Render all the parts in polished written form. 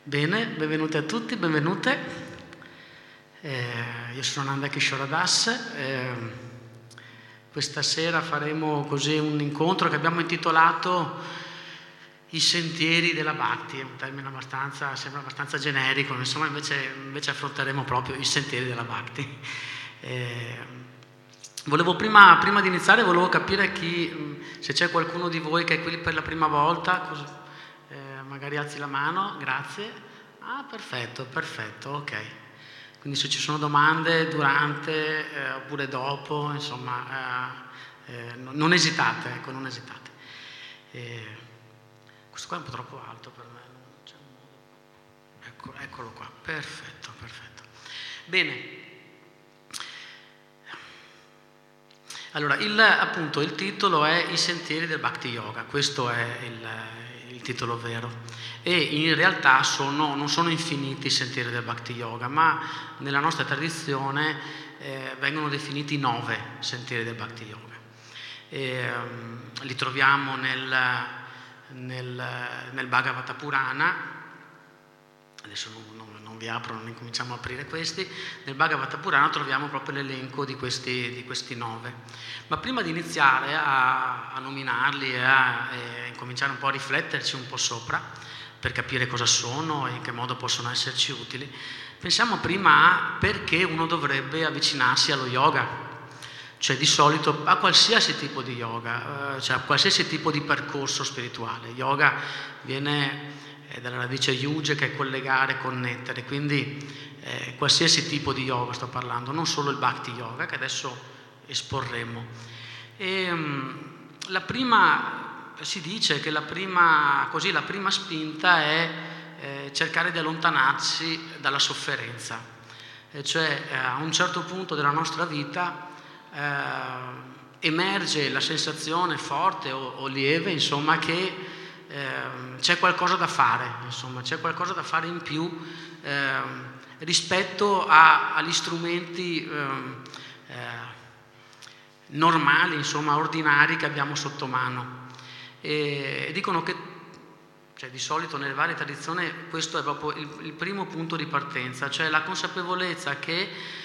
Bene, benvenuti a tutti, benvenute. Io sono Nanda Kishore Das. Questa sera faremo così un incontro che abbiamo intitolato I sentieri della Bhakti. È un termine sembra abbastanza generico, insomma invece affronteremo proprio i sentieri della Bhakti. Volevo prima di iniziare, volevo capire se c'è qualcuno di voi che è qui per la prima volta, magari alzi la mano, grazie. Ah, perfetto, ok. Quindi se ci sono domande durante oppure dopo, insomma, non esitate, ecco, non esitate. Questo qua è un po' troppo alto per me, non c'è un modo. Eccolo qua, perfetto. Bene. Allora, il titolo è I sentieri del Bhakti Yoga, questo è il titolo vero. E in realtà non sono infiniti i sentieri del Bhakti Yoga, ma nella nostra tradizione vengono definiti 9 sentieri del Bhakti Yoga. Li troviamo nel Bhagavata Purana. Adesso non vi apro, non incominciamo a aprire questi. Nel Bhagavata Purana troviamo proprio l'elenco di questi 9. Ma prima di iniziare a nominarli e incominciare un po' a rifletterci un po' sopra, per capire cosa sono e in che modo possono esserci utili, pensiamo prima a perché uno dovrebbe avvicinarsi allo yoga. Cioè di solito a qualsiasi tipo di yoga, cioè a qualsiasi tipo di percorso spirituale. Yoga viene dalla radice yuja, che è collegare, connettere, quindi qualsiasi tipo di yoga sto parlando, non solo il Bhakti Yoga che adesso esporremo. Si dice che la prima spinta è cercare di allontanarsi dalla sofferenza, cioè a un certo punto della nostra vita emerge la sensazione forte o lieve, insomma, che c'è qualcosa da fare, c'è qualcosa da fare in più rispetto agli strumenti normali, ordinari che abbiamo sotto mano. E dicono che, di solito nelle varie tradizioni, questo è proprio il primo punto di partenza, cioè la consapevolezza che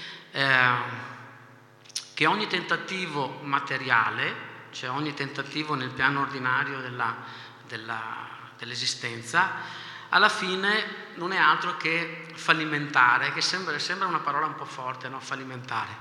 ogni tentativo materiale, cioè ogni tentativo nel piano ordinario dell'esistenza, alla fine non è altro che fallimentare, che sembra una parola un po' forte, no? Fallimentare.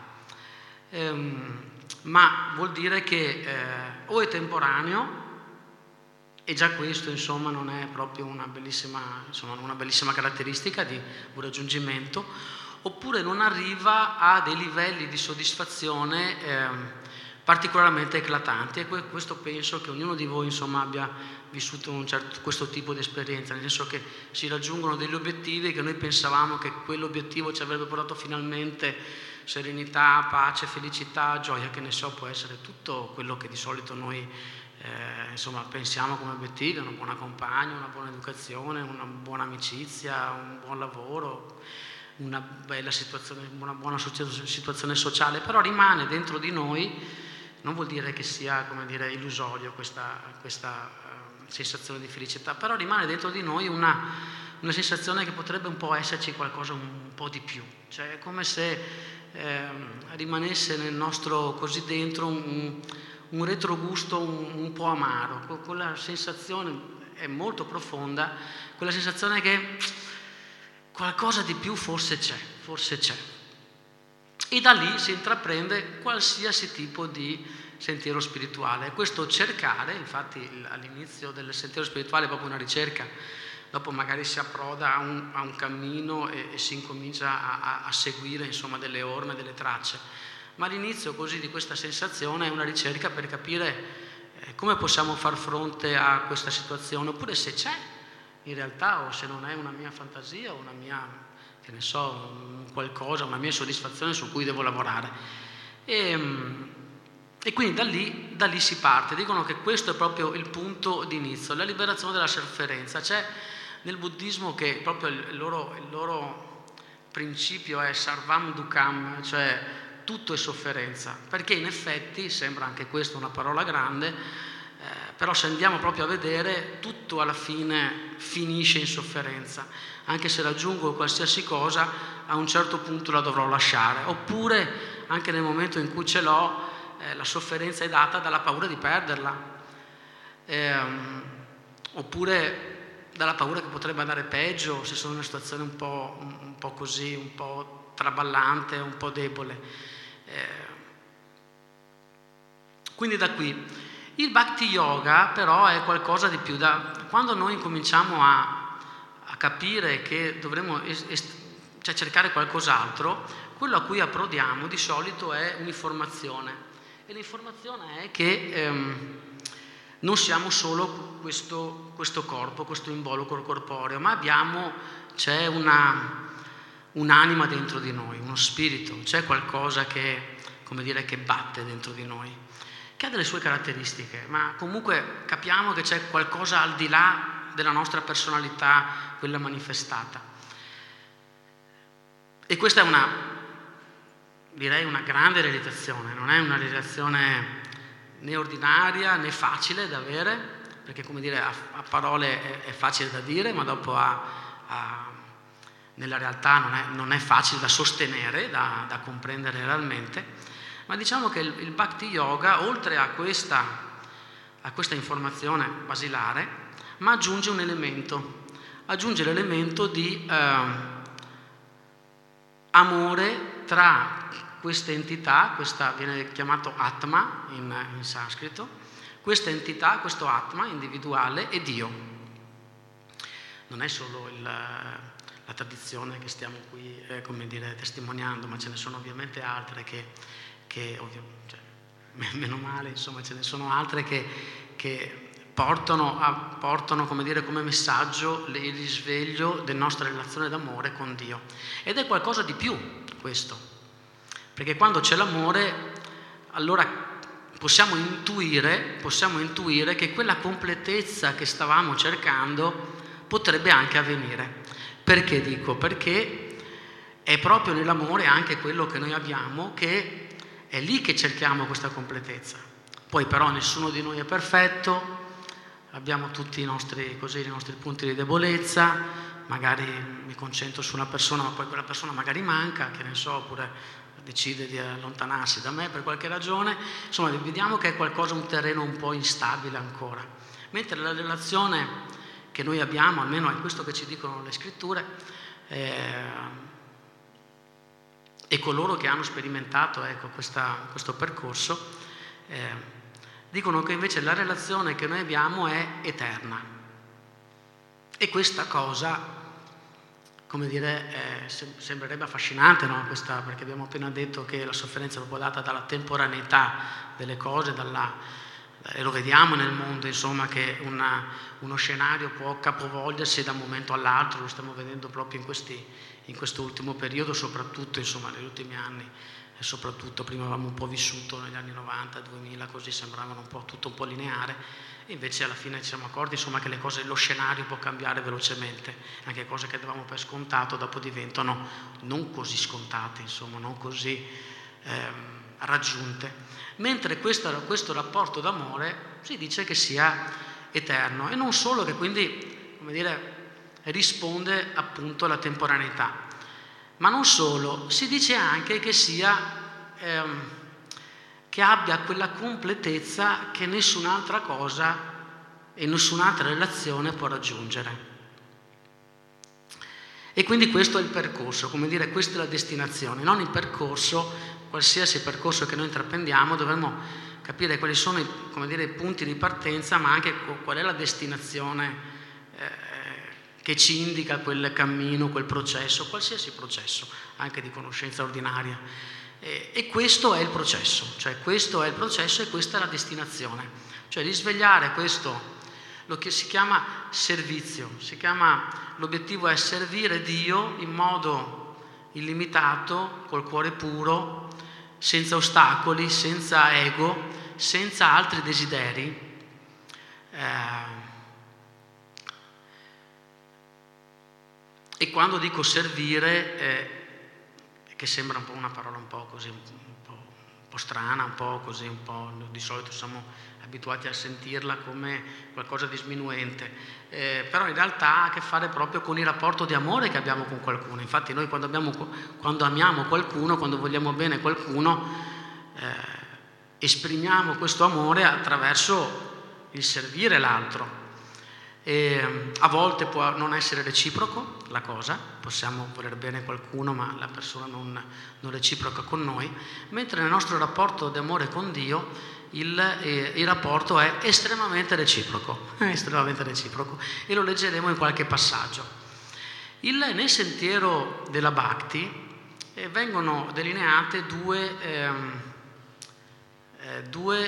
Ma vuol dire che o è temporaneo, e già questo non è proprio una bellissima caratteristica di un raggiungimento, oppure non arriva a dei livelli di soddisfazione particolarmente eclatanti. E questo penso che ognuno di voi abbia vissuto questo tipo di esperienza, nel senso che si raggiungono degli obiettivi che noi pensavamo che quell'obiettivo ci avrebbe portato finalmente serenità, pace, felicità, gioia, che ne so, può essere tutto quello che di solito noi pensiamo come obiettivi: una buona compagna, una buona educazione, una buona amicizia, un buon lavoro, una bella situazione, una buona situazione sociale. Però rimane dentro di noi, non vuol dire che sia illusorio questa sensazione di felicità, però rimane dentro di noi una sensazione che potrebbe un po' esserci qualcosa un po' di più, cioè è come se rimanesse nel nostro così dentro un retrogusto un po' amaro. Quella sensazione è molto profonda, quella sensazione che qualcosa di più forse c'è. E da lì si intraprende qualsiasi tipo di sentiero spirituale. Questo cercare, infatti all'inizio del sentiero spirituale è proprio una ricerca, dopo magari si approda a un cammino e si incomincia a seguire delle orme, delle tracce. Ma all'inizio così di questa sensazione è una ricerca per capire come possiamo far fronte a questa situazione, oppure se c'è in realtà, o se non è una mia fantasia o una mia, una mia soddisfazione su cui devo lavorare. E quindi da lì si parte. Dicono che questo è proprio il punto di inizio, la liberazione dalla sofferenza. C'è nel buddismo che proprio il loro principio è sarvam dukkam, cioè tutto è sofferenza, perché in effetti, sembra anche questa una parola grande, però se andiamo proprio a vedere, tutto alla fine finisce in sofferenza. Anche se raggiungo qualsiasi cosa, a un certo punto la dovrò lasciare. Oppure, anche nel momento in cui ce l'ho, la sofferenza è data dalla paura di perderla. Oppure dalla paura che potrebbe andare peggio, se sono in una situazione un po' così, un po' traballante, un po' debole. Quindi da qui. Il Bhakti Yoga però è qualcosa di più. Quando noi cominciamo a capire che dovremmo cercare qualcos'altro, quello a cui approdiamo di solito è un'informazione. E l'informazione è che non siamo solo questo corpo, questo involucro corporeo, ma c'è un'anima dentro di noi, uno spirito, c'è qualcosa che batte dentro di noi, che ha delle sue caratteristiche, ma comunque capiamo che c'è qualcosa al di là della nostra personalità, quella manifestata. E questa è direi una grande realizzazione, non è una realizzazione né ordinaria né facile da avere, perché a parole è facile da dire, ma dopo nella realtà non è facile da sostenere, da comprendere realmente. Ma diciamo che il Bhakti Yoga, oltre a questa informazione basilare, ma aggiunge l'elemento di amore tra queste entità, questa viene chiamato Atma in sanscrito, questa entità, questo Atma individuale e Dio. Non è solo la tradizione che stiamo qui testimoniando, ma ce ne sono ovviamente altre meno male, insomma, ce ne sono altre che portano come messaggio il risveglio della nostra relazione d'amore con Dio. Ed è qualcosa di più questo, perché quando c'è l'amore, allora possiamo intuire che quella completezza che stavamo cercando potrebbe anche avvenire. Perché dico? Perché è proprio nell'amore anche quello che noi abbiamo, che è lì che cerchiamo questa completezza. Poi però nessuno di noi è perfetto, abbiamo tutti i nostri punti di debolezza, magari mi concentro su una persona ma poi quella persona magari manca, che ne so, oppure decide di allontanarsi da me per qualche ragione. Insomma, vediamo che è un terreno un po' instabile ancora. Mentre la relazione che noi abbiamo, almeno è questo che ci dicono le scritture, e coloro che hanno sperimentato questo percorso, dicono che invece la relazione che noi abbiamo è eterna. E questa cosa, sembrerebbe affascinante, no? Perché abbiamo appena detto che la sofferenza è proprio data dalla temporaneità delle cose, e lo vediamo nel mondo, insomma, che uno scenario può capovolgersi da un momento all'altro, lo stiamo vedendo proprio in questo ultimo periodo, soprattutto negli ultimi anni, e soprattutto prima avevamo un po' vissuto negli anni 90, 2000, così sembravano tutto un po' lineare, e invece alla fine ci siamo accorti che lo scenario può cambiare velocemente, anche cose che davamo per scontato dopo diventano non così scontate, non così raggiunte. Mentre questo rapporto d'amore si dice che sia eterno, e non solo, che quindi risponde appunto alla temporaneità, ma non solo, si dice anche che che abbia quella completezza che nessun'altra cosa e nessun'altra relazione può raggiungere. E quindi questo è il percorso, questa è la destinazione, non il percorso, qualsiasi percorso che noi intraprendiamo, dovremmo capire quali sono i punti di partenza, ma anche qual è la destinazione che ci indica quel cammino, quel processo, qualsiasi processo, anche di conoscenza ordinaria. E questo è il processo, e questa è la destinazione, risvegliare questo, lo che si chiama servizio, l'obiettivo è servire Dio in modo illimitato, col cuore puro, senza ostacoli, senza ego, senza altri desideri. E quando dico servire, che sembra una parola un po' po' strana, un po' così, un po' di solito siamo abituati a sentirla come qualcosa di sminuente, però in realtà ha a che fare proprio con il rapporto di amore che abbiamo con qualcuno. Infatti noi quando amiamo qualcuno, quando vogliamo bene qualcuno, esprimiamo questo amore attraverso il servire l'altro. E a volte può non essere reciproco la cosa, possiamo voler bene qualcuno ma la persona non reciproca con noi, mentre nel nostro rapporto di amore con Dio il rapporto è estremamente reciproco, e lo leggeremo in qualche passaggio. Nel sentiero della Bhakti vengono delineate due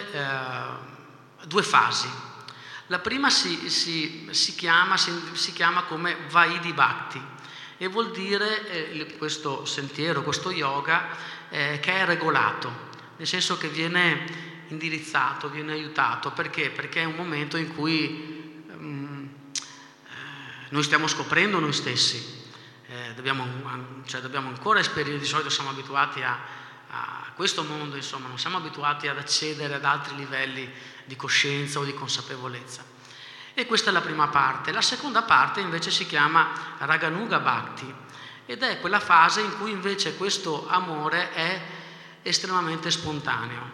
fasi. La prima si chiama come Vaidhi Bhakti e vuol dire questo sentiero, questo yoga che è regolato, nel senso che viene indirizzato, viene aiutato. Perché? Perché è un momento in cui noi stiamo scoprendo noi stessi, dobbiamo ancora esperire, di solito siamo abituati a questo mondo, insomma, non siamo abituati ad accedere ad altri livelli di coscienza o di consapevolezza. E questa è la prima parte. La seconda parte invece si chiama Raganuga Bhakti ed è quella fase in cui invece questo amore è estremamente spontaneo,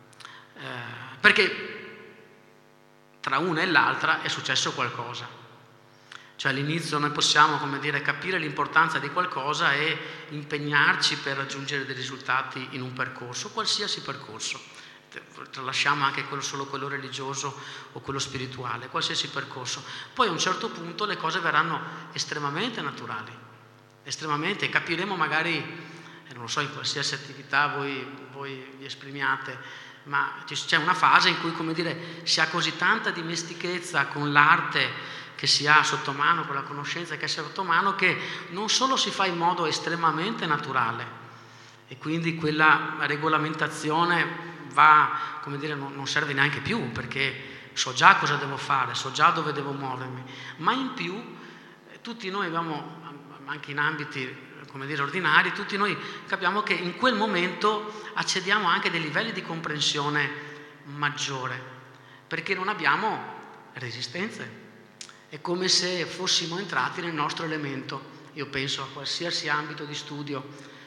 perché tra una e l'altra è successo qualcosa. Cioè all'inizio noi possiamo, capire l'importanza di qualcosa e impegnarci per raggiungere dei risultati in un percorso, qualsiasi percorso. Tralasciamo anche solo quello religioso o quello spirituale, qualsiasi percorso. Poi a un certo punto le cose verranno estremamente naturali, estremamente, capiremo magari, non lo so, in qualsiasi attività voi vi esprimiate, ma c'è una fase in cui, si ha così tanta dimestichezza con l'arte che si ha sotto mano, con la conoscenza che si ha sotto mano, che non solo si fa in modo estremamente naturale e quindi quella regolamentazione non serve neanche più, perché so già cosa devo fare, so già dove devo muovermi, ma in più tutti noi abbiamo, anche in ambiti ordinari, tutti noi capiamo che in quel momento accediamo anche a dei livelli di comprensione maggiore, perché non abbiamo resistenze. È come se fossimo entrati nel nostro elemento. Io penso a qualsiasi ambito di studio.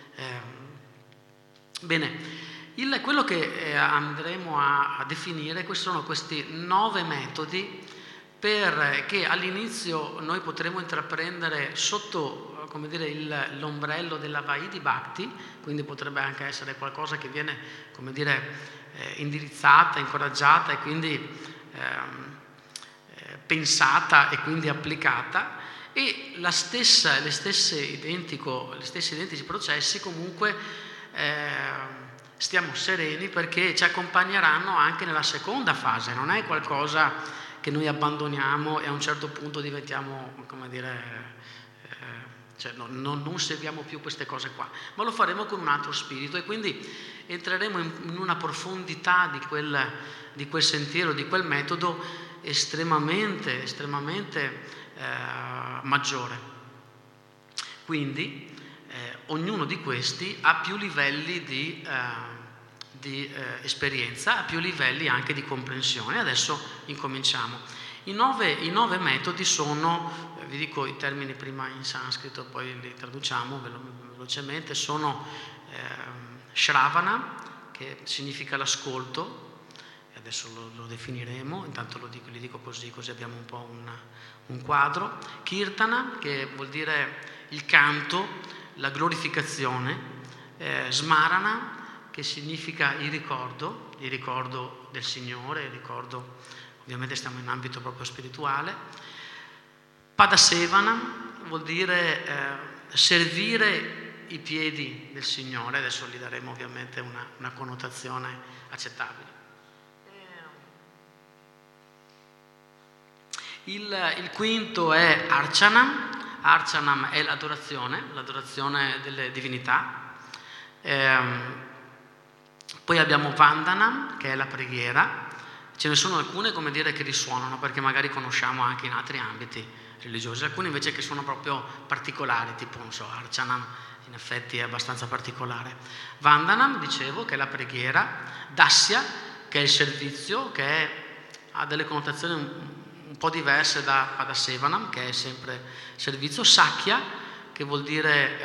Quello che andremo a definire sono questi 9 metodi che all'inizio noi potremo intraprendere sotto l'ombrello della Vaidhi Bhakti, quindi potrebbe anche essere qualcosa che viene indirizzata, incoraggiata e quindi pensata e quindi applicata, e gli stessi identici processi comunque stiamo sereni, perché ci accompagneranno anche nella seconda fase. Non è qualcosa che noi abbandoniamo e a un certo punto diventiamo, non seguiamo più queste cose qua, ma lo faremo con un altro spirito, e quindi entreremo in una profondità di quel sentiero, di quel metodo estremamente maggiore. Quindi ognuno di questi ha più livelli di esperienza, ha più livelli anche di comprensione. Adesso incominciamo. I nove metodi sono, vi dico i termini prima in sanscrito, poi li traduciamo velocemente, sono Shravana, che significa l'ascolto, adesso lo definiremo, intanto li dico così abbiamo un po' un quadro. Kirtana, che vuol dire il canto, la glorificazione. Smarana, che significa il ricordo del Signore, il ricordo, ovviamente stiamo in ambito proprio spirituale. Padasevana vuol dire servire i piedi del Signore, adesso gli daremo ovviamente una connotazione accettabile. Il quinto è Archanam. Archanam è l'adorazione delle divinità. Poi abbiamo Vandanam, che è la preghiera. Ce ne sono alcune che risuonano, perché magari conosciamo anche in altri ambiti religiosi, alcune invece che sono proprio particolari, tipo Archanam in effetti è abbastanza particolare. Vandanam, dicevo, che è la preghiera, Dasya, che è il servizio, ha delle connotazioni un po' diverse da Padasevanam, che è sempre servizio, Sakya, che vuol dire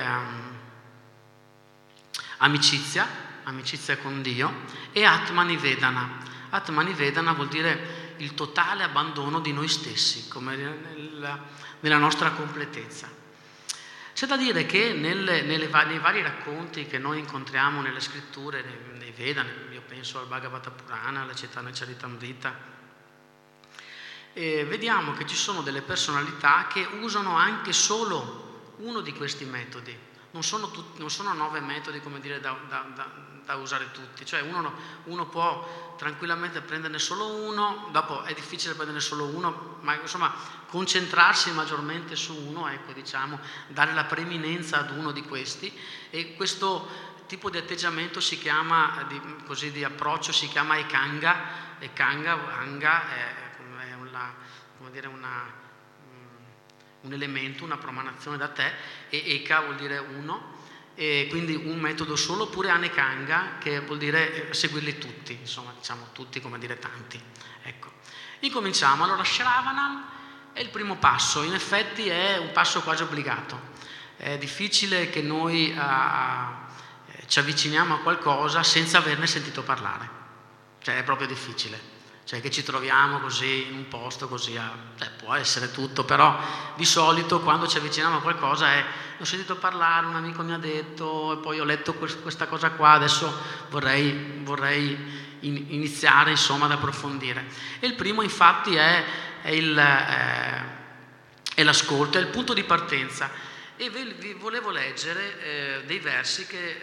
amicizia con Dio, e Atmanivedana. Atmanivedana vuol dire il totale abbandono di noi stessi, come nella nostra completezza. C'è da dire che nei vari racconti che noi incontriamo nelle scritture, nei Veda, io penso al Bhagavata Purana, alla Chaitanya Charitamrita, vediamo che ci sono delle personalità che usano anche solo uno di questi metodi. Non sono 9 metodi, come dire, da usare tutti. Cioè uno può tranquillamente prenderne solo uno, dopo è difficile prenderne solo uno, ma insomma concentrarsi maggiormente su uno, ecco, diciamo, dare la preeminenza ad uno di questi, e questo tipo di atteggiamento si chiama, di approccio, si chiama Ekanga. Anga è un elemento, una promanazione da te, e Eka vuol dire uno, e quindi un metodo solo, oppure Anekanga, che vuol dire seguirli tutti, insomma, diciamo tutti, come dire tanti. Ecco. Incominciamo. Allora, Shravanam è il primo passo, in effetti è un passo quasi obbligato. È difficile che noi ci avviciniamo a qualcosa senza averne sentito parlare, cioè è proprio difficile. Cioè che ci troviamo così in un posto così, può essere tutto, però di solito quando ci avviciniamo a qualcosa ho sentito parlare, un amico mi ha detto, e poi ho letto questa cosa qua, adesso vorrei iniziare, insomma, ad approfondire. E il primo infatti è l'ascolto, è il punto di partenza. E vi volevo leggere dei versi che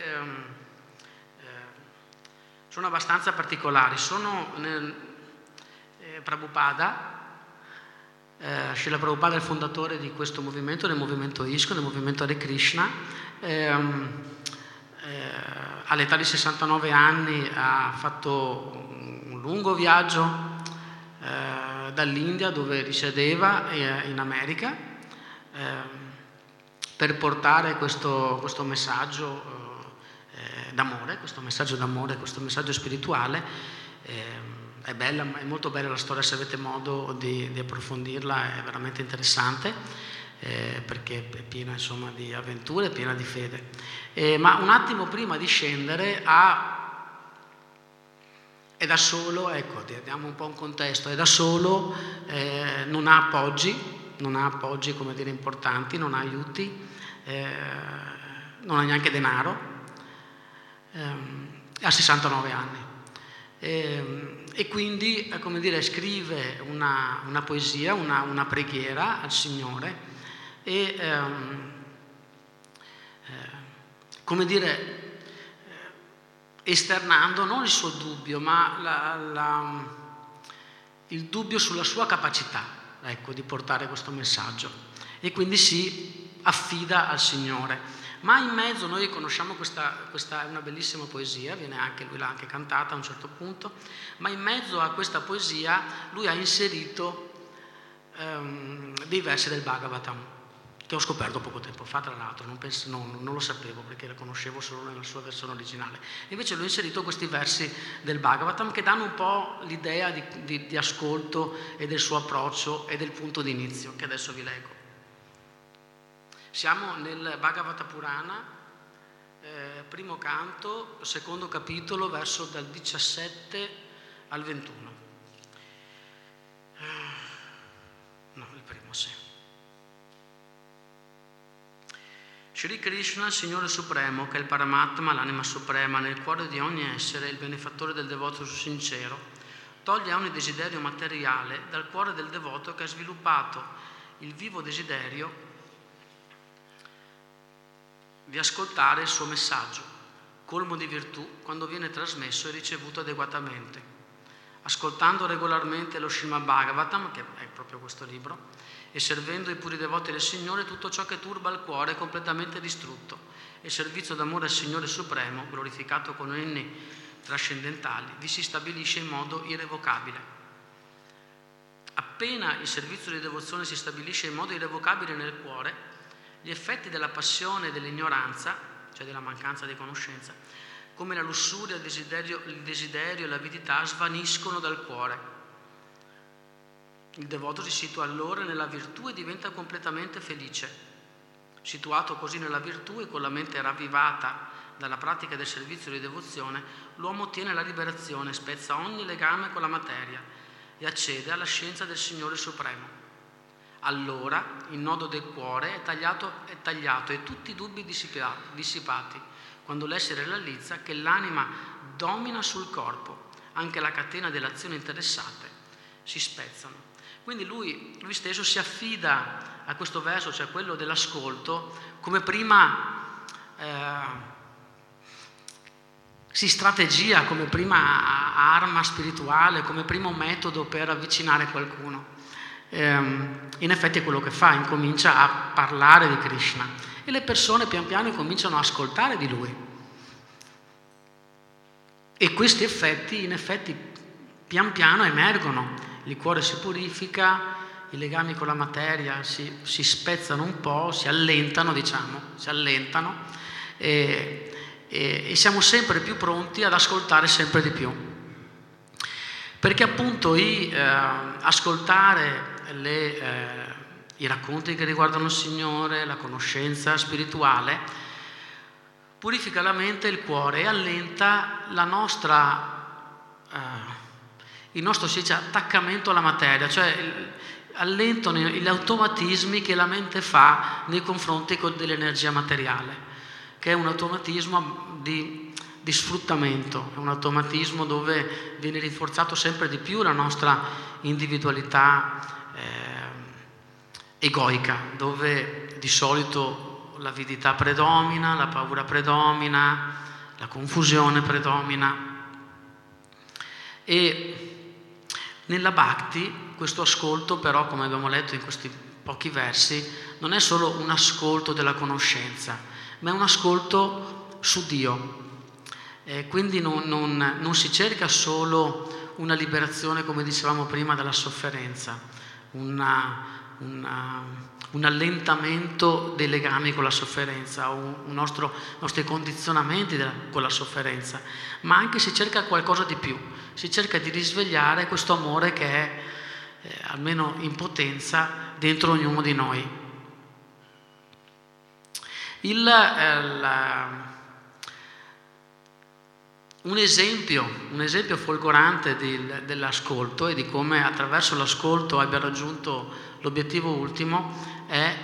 sono abbastanza particolari. Sono Prabhupada, Srila Prabhupada è il fondatore di questo movimento, del movimento ISKCON, del movimento Hare Krishna. All'età di 69 anni ha fatto un lungo viaggio dall'India, dove risiedeva, in America, per portare questo messaggio d'amore, questo messaggio spirituale. È molto bella la storia, se avete modo di approfondirla, è veramente interessante, perché è piena, insomma, di avventure, è piena di fede. Ma un attimo prima di scendere è da solo, ecco, diamo un po' un contesto, è da solo, non ha appoggi, come dire, importanti, non ha aiuti, non ha neanche denaro, ha 69 anni. E quindi, come dire, scrive una poesia, una preghiera al Signore, e come dire, esternando non il suo dubbio, ma il dubbio sulla sua capacità, ecco, di portare questo messaggio, e quindi si affida al Signore. Ma in mezzo, noi conosciamo questa è una bellissima poesia, lui l'ha anche cantata a un certo punto, ma in mezzo a questa poesia lui ha inserito dei versi del Bhagavatam, che ho scoperto poco tempo fa, tra l'altro, non lo sapevo, perché la conoscevo solo nella sua versione originale. Invece lui ha inserito questi versi del Bhagavatam che danno un po' l'idea di ascolto e del suo approccio e del punto di inizio, che adesso vi leggo. Siamo nel Bhagavata Purana, primo canto, secondo capitolo, verso dal 17 al 21. No, il primo, sì. Shri Krishna, il Signore Supremo, che è il Paramatma, l'anima suprema, nel cuore di ogni essere, il benefattore del devoto sincero, toglie ogni desiderio materiale dal cuore del devoto che ha sviluppato il vivo desiderio di ascoltare il suo messaggio, colmo di virtù quando viene trasmesso e ricevuto adeguatamente. Ascoltando regolarmente lo Srimad Bhagavatam, che è proprio questo libro, e servendo i puri devoti del Signore, tutto ciò che turba il cuore è completamente distrutto, e il servizio d'amore al Signore Supremo, glorificato con inni trascendentali, vi si stabilisce in modo irrevocabile. Appena il servizio di devozione si stabilisce in modo irrevocabile nel cuore, gli effetti della passione e dell'ignoranza, cioè della mancanza di conoscenza, come la lussuria, il desiderio e l'avidità svaniscono dal cuore. Il devoto si situa allora nella virtù e diventa completamente felice. Situato così nella virtù e con la mente ravvivata dalla pratica del servizio di devozione, l'uomo ottiene la liberazione, spezza ogni legame con la materia e accede alla scienza del Signore Supremo. Allora il nodo del cuore è tagliato e tutti i dubbi dissipati, quando l'essere realizza che l'anima domina sul corpo, anche la catena delle azioni interessate si spezzano. Quindi lui stesso si affida a questo verso, cioè quello dell'ascolto, come prima strategia, come prima arma spirituale, come primo metodo per avvicinare qualcuno. In effetti è quello che fa, incomincia a parlare di Krishna e le persone pian piano cominciano a ascoltare di lui. E questi effetti, in effetti, pian piano emergono. Il cuore si purifica, i legami con la materia si spezzano un po', si allentano e siamo sempre più pronti ad ascoltare sempre di più. Perché appunto ascoltare i racconti che riguardano il Signore, la conoscenza spirituale, purifica la mente e il cuore e allenta il nostro attaccamento alla materia, cioè allentano gli automatismi che la mente fa nei confronti dell'energia materiale, che è un automatismo di sfruttamento, è un automatismo dove viene rinforzato sempre di più la nostra individualità egoica, dove di solito l'avidità predomina, la paura predomina, la confusione predomina. E nella Bhakti questo ascolto però, come abbiamo letto in questi pochi versi, non è solo un ascolto della conoscenza, ma è un ascolto su Dio. Quindi non si cerca solo una liberazione, come dicevamo prima, dalla sofferenza, un allentamento dei legami con la sofferenza, nostri condizionamenti con la sofferenza, ma anche si cerca qualcosa di più, si cerca di risvegliare questo amore che è, almeno in potenza, dentro ognuno di noi. Un esempio folgorante dell'ascolto e di come attraverso l'ascolto abbia raggiunto l'obiettivo ultimo è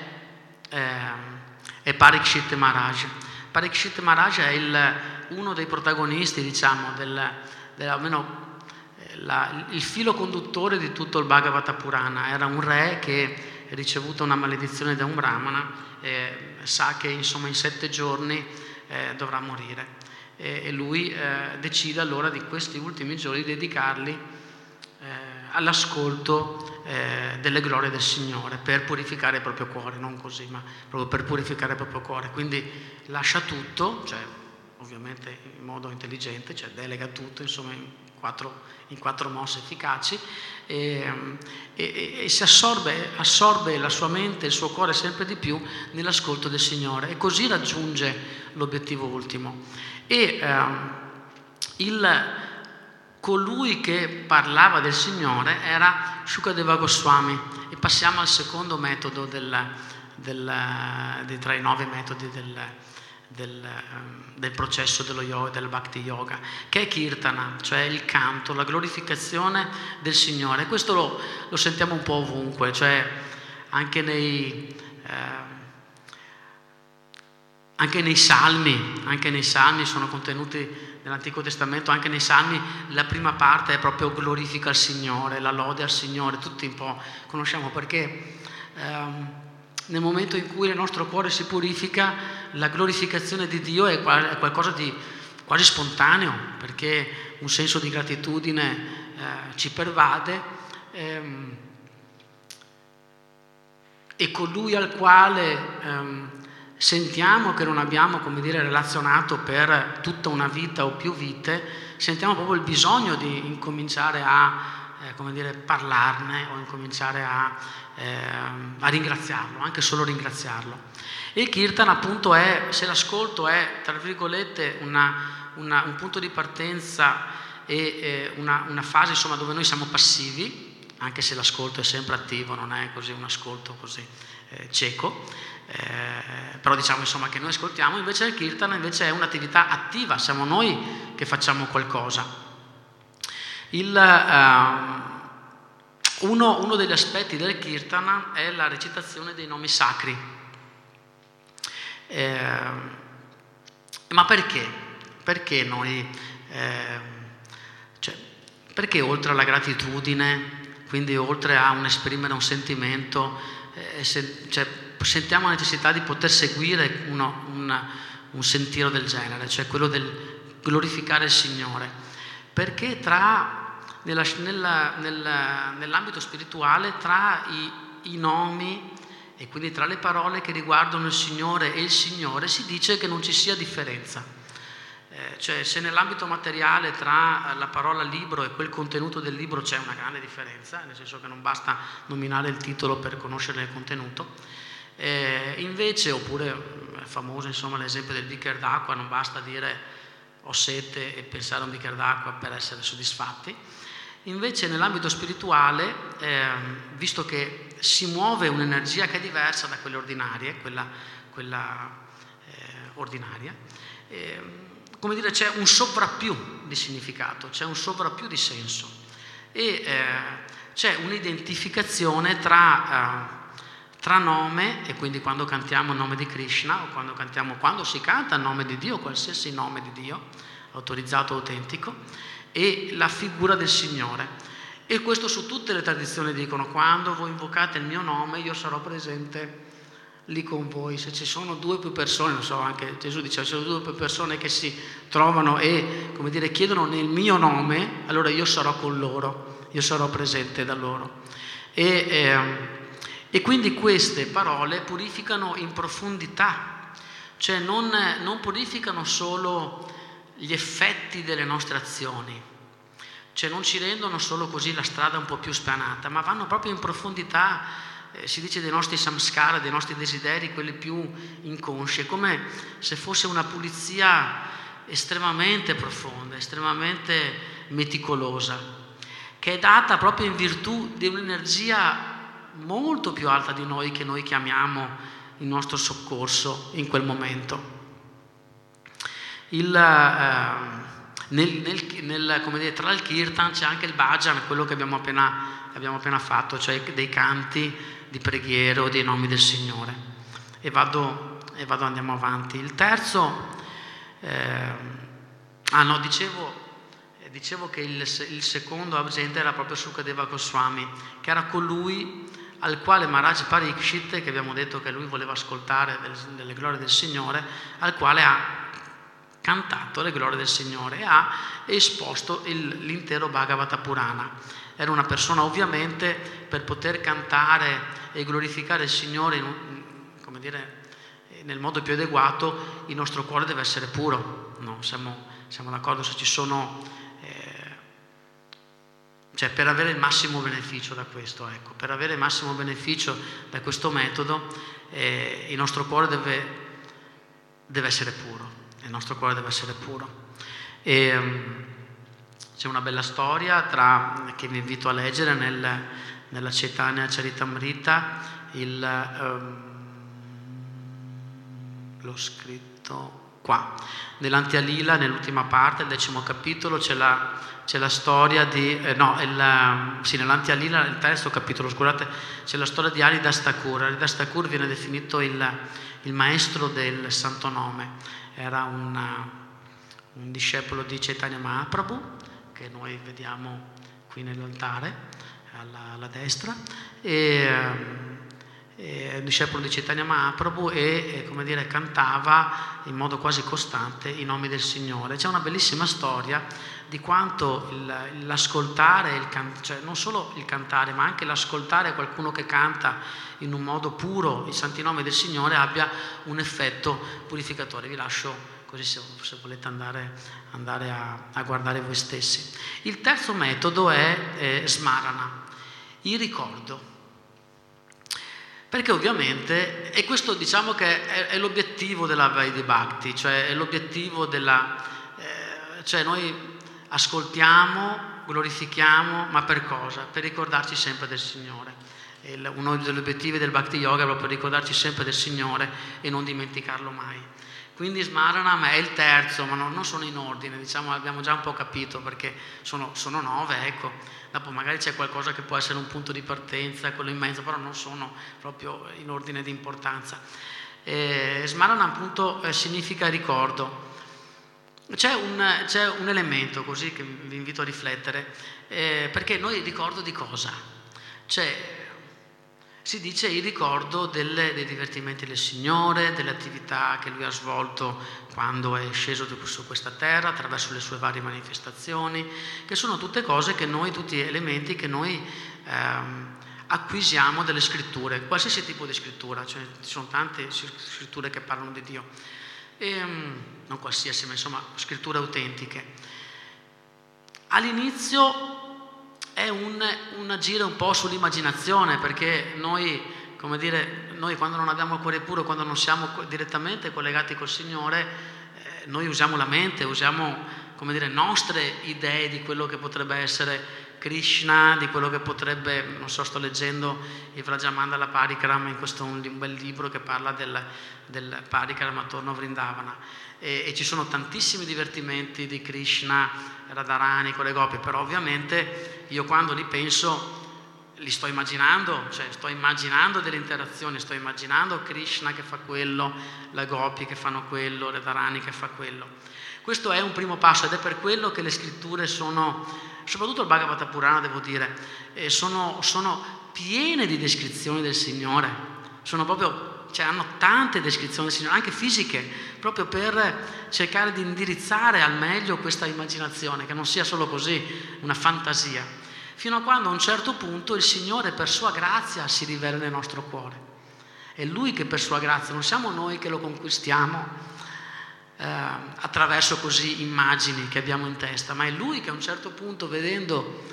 Parikshit Maharaj. Parikshit Maharaj è uno dei protagonisti, diciamo, almeno il filo conduttore di tutto il Bhagavata Purana. Era un re che, ricevuto una maledizione da un brahmana, sa che insomma in 7 giorni dovrà morire. E lui decide allora di questi ultimi giorni dedicarli all'ascolto delle glorie del Signore, per purificare il proprio cuore, non così, ma proprio per purificare il proprio cuore. Quindi lascia tutto, cioè ovviamente in modo intelligente, cioè delega tutto, insomma in quattro mosse efficaci, e si assorbe la sua mente e il suo cuore sempre di più nell'ascolto del Signore, e così raggiunge l'obiettivo ultimo. E colui che parlava del Signore era Shukadeva Goswami. E passiamo al secondo metodo tra i 9 metodi del processo dello yoga, del bhakti yoga, che è kirtana, cioè il canto, la glorificazione del Signore. Questo lo sentiamo un po' ovunque, cioè anche nei salmi sono contenuti nell'Antico Testamento. Anche nei salmi la prima parte è proprio glorifica il Signore, la lode al Signore. Tutti un po' conosciamo, perché nel momento in cui il nostro cuore si purifica, la glorificazione di Dio è qualcosa di quasi spontaneo, perché un senso di gratitudine ci pervade, e colui al quale sentiamo che non abbiamo, come dire, relazionato per tutta una vita o più vite, sentiamo proprio il bisogno di incominciare a parlarne, o incominciare a ringraziarlo, anche solo ringraziarlo. E il kirtan appunto è, se l'ascolto è tra virgolette un punto di partenza e una fase insomma dove noi siamo passivi, anche se l'ascolto è sempre attivo, non è così un ascolto così cieco, però diciamo insomma che noi ascoltiamo. Invece il kirtan invece è un'attività attiva, siamo noi che facciamo qualcosa. Uno degli aspetti del kirtan è la recitazione dei nomi sacri. Ma perché? Perché noi, perché oltre alla gratitudine, quindi oltre a un esprimere un sentimento, sentiamo la necessità di poter seguire un sentiero del genere, quello del glorificare il Signore? Perché nell'ambito spirituale, tra i nomi e quindi tra le parole che riguardano il Signore e il Signore, si dice che non ci sia differenza. Se nell'ambito materiale tra la parola libro e quel contenuto del libro c'è una grande differenza, nel senso che non basta nominare il titolo per conoscere il contenuto, invece, oppure è famoso insomma l'esempio del bicchiere d'acqua, non basta dire ho sete e pensare a un bicchiere d'acqua per essere soddisfatti. Invece nell'ambito spirituale, visto che si muove un'energia che è diversa da quelle ordinarie, quella ordinaria, come dire, c'è un sovrappiù di significato, c'è un sovrappiù di senso e c'è un'identificazione tra nome, e quindi quando cantiamo il nome di Krishna o quando si canta il nome di Dio, qualsiasi nome di Dio, autorizzato, autentico, e la figura del Signore. E questo su tutte le tradizioni dicono: quando voi invocate il mio nome io sarò presente lì con voi. Se ci sono due o più persone, non so, anche Gesù diceva, se ci sono due o più persone che si trovano e, come dire, chiedono nel mio nome, allora io sarò con loro, io sarò presente da loro. E quindi queste parole purificano in profondità, cioè non purificano solo gli effetti delle nostre azioni, cioè non ci rendono solo così la strada un po' più spianata, ma vanno proprio in profondità, si dice, dei nostri samskara, dei nostri desideri, quelli più inconsci. È come se fosse una pulizia estremamente profonda, estremamente meticolosa, che è data proprio in virtù di un'energia molto più alta di noi, che noi chiamiamo il nostro soccorso in quel momento. Come dire, tra il kirtan c'è anche il bhajan, quello che abbiamo appena fatto, cioè dei canti di preghiera o dei nomi del Signore. Andiamo avanti. Il terzo, dicevo che il secondo absente era proprio Sukadeva Goswami, che era colui al quale Maharaj Parikshit, che abbiamo detto che lui voleva ascoltare delle glorie del Signore, al quale ha cantato le glorie del Signore e ha esposto l'intero Bhagavata Purana. Era una persona, ovviamente, per poter cantare e glorificare il Signore come dire, nel modo più adeguato, il nostro cuore deve essere puro, no? Siamo d'accordo? Se ci sono per avere il massimo beneficio da questo, per avere il massimo beneficio da questo metodo, il nostro cuore deve essere puro. Il nostro cuore deve essere puro. E c'è una bella storia che vi invito a leggere nella Chaitanya Charitamrita. L'ho scritto qua. Nell'Antya Lila, nell'ultima parte, il 10° capitolo, c'è la storia di... nell'Antya Lila, il 3° capitolo, scusate, c'è la storia di Haridas Thakur. Haridas Thakur viene definito il maestro del Santo Nome. Era un discepolo di Chaitanya Mahaprabhu, che noi vediamo qui nell'altare, alla destra, è un discepolo di Chaitanya Mahaprabhu e come dire, cantava in modo quasi costante i nomi del Signore. C'è una bellissima storia di quanto l'ascoltare, cioè non solo il cantare, ma anche l'ascoltare qualcuno che canta in un modo puro i santi nomi del Signore abbia un effetto purificatore. Vi lascio così se volete andare a guardare voi stessi. Il terzo metodo è Smarana, il ricordo. Perché ovviamente, e questo diciamo che è l'obiettivo della Vaidhi Bhakti, cioè è l'obiettivo cioè noi ascoltiamo, glorifichiamo, ma per cosa? Per ricordarci sempre del Signore. Uno degli obiettivi del Bhakti Yoga è proprio ricordarci sempre del Signore e non dimenticarlo mai. Quindi Smaranam è il terzo, ma non sono in ordine, diciamo, abbiamo già un po' capito perché sono 9, ecco. Dopo magari c'è qualcosa che può essere un punto di partenza, quello in mezzo, però non sono proprio in ordine di importanza. Smaranam appunto significa ricordo. C'è un elemento così che vi invito a riflettere, perché noi ricordo di cosa? Si dice il ricordo dei divertimenti del Signore, delle attività che Lui ha svolto quando è sceso su questa terra attraverso le sue varie manifestazioni, che sono tutte cose che noi, tutti elementi che noi acquisiamo dalle scritture, qualsiasi tipo di scrittura, cioè ci sono tante scritture che parlano di Dio, non qualsiasi, ma insomma scritture autentiche. All'inizio è un agire un po' sull'immaginazione, perché noi quando non abbiamo il cuore puro, quando non siamo direttamente collegati col Signore, noi usiamo la mente, usiamo nostre idee di quello che potrebbe essere Krishna, di quello che potrebbe, non so, sto leggendo il Vrajamandala Parikaram, in questo un bel libro che parla del Parikaram attorno a Vrindavana, e ci sono tantissimi divertimenti di Krishna, Radharani con le gopi, però ovviamente io quando li penso li sto immaginando, cioè sto immaginando delle interazioni, sto immaginando Krishna che fa quello, la gopi che fanno quello, Radharani che fa quello. Questo è un primo passo ed è per quello che le scritture sono, soprattutto il Bhagavata Purana devo dire, sono piene di descrizioni del Signore, hanno tante descrizioni del Signore, anche fisiche, proprio per cercare di indirizzare al meglio questa immaginazione, che non sia solo così, una fantasia, fino a quando a un certo punto il Signore per sua grazia si rivela nel nostro cuore. È Lui che per sua grazia, non siamo noi che lo conquistiamo attraverso così immagini che abbiamo in testa, ma è Lui che a un certo punto, vedendo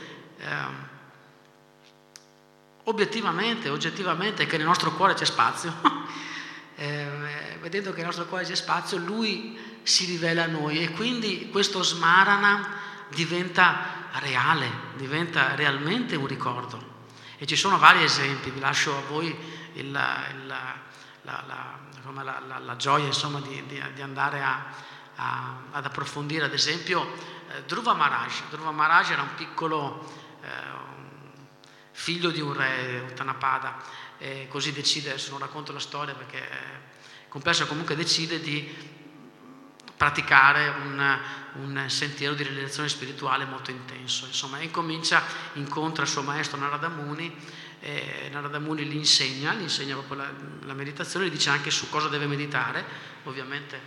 oggettivamente che nel nostro cuore c'è spazio, vedendo che nel nostro cuore c'è spazio, Lui si rivela a noi e quindi questo Smarana diventa reale, diventa realmente un ricordo. E ci sono vari esempi, vi lascio a voi la gioia insomma di andare ad approfondire. Ad esempio Dhruva Maharaj era un piccolo figlio di un re, Uttanapada, così decide, adesso non racconto la storia perché è complessa, comunque decide di praticare un sentiero di realizzazione spirituale molto intenso, insomma, e incontra il suo maestro Narada Muni, Narada Muni gli insegna proprio la meditazione, gli dice anche su cosa deve meditare, ovviamente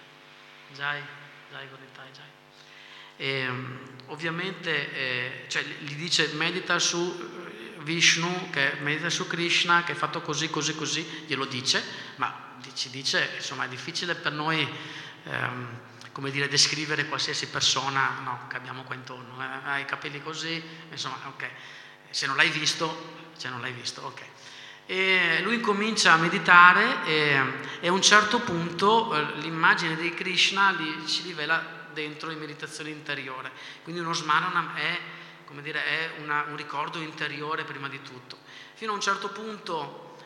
cioè gli dice medita su Vishnu, medita su Krishna che è fatto così, glielo dice, ma ci dice, insomma, è difficile per noi descrivere qualsiasi persona, no, che abbiamo qua intorno, ha i capelli così, insomma, ok, se non l'hai visto, ok. E lui comincia a meditare e a un certo punto l'immagine di Krishna si rivela dentro in meditazione interiore, quindi uno Smaranam è un ricordo interiore prima di tutto, fino a un certo punto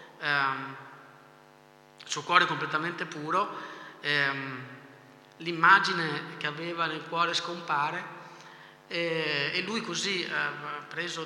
il suo cuore è completamente puro, l'immagine che aveva nel cuore scompare e lui così preso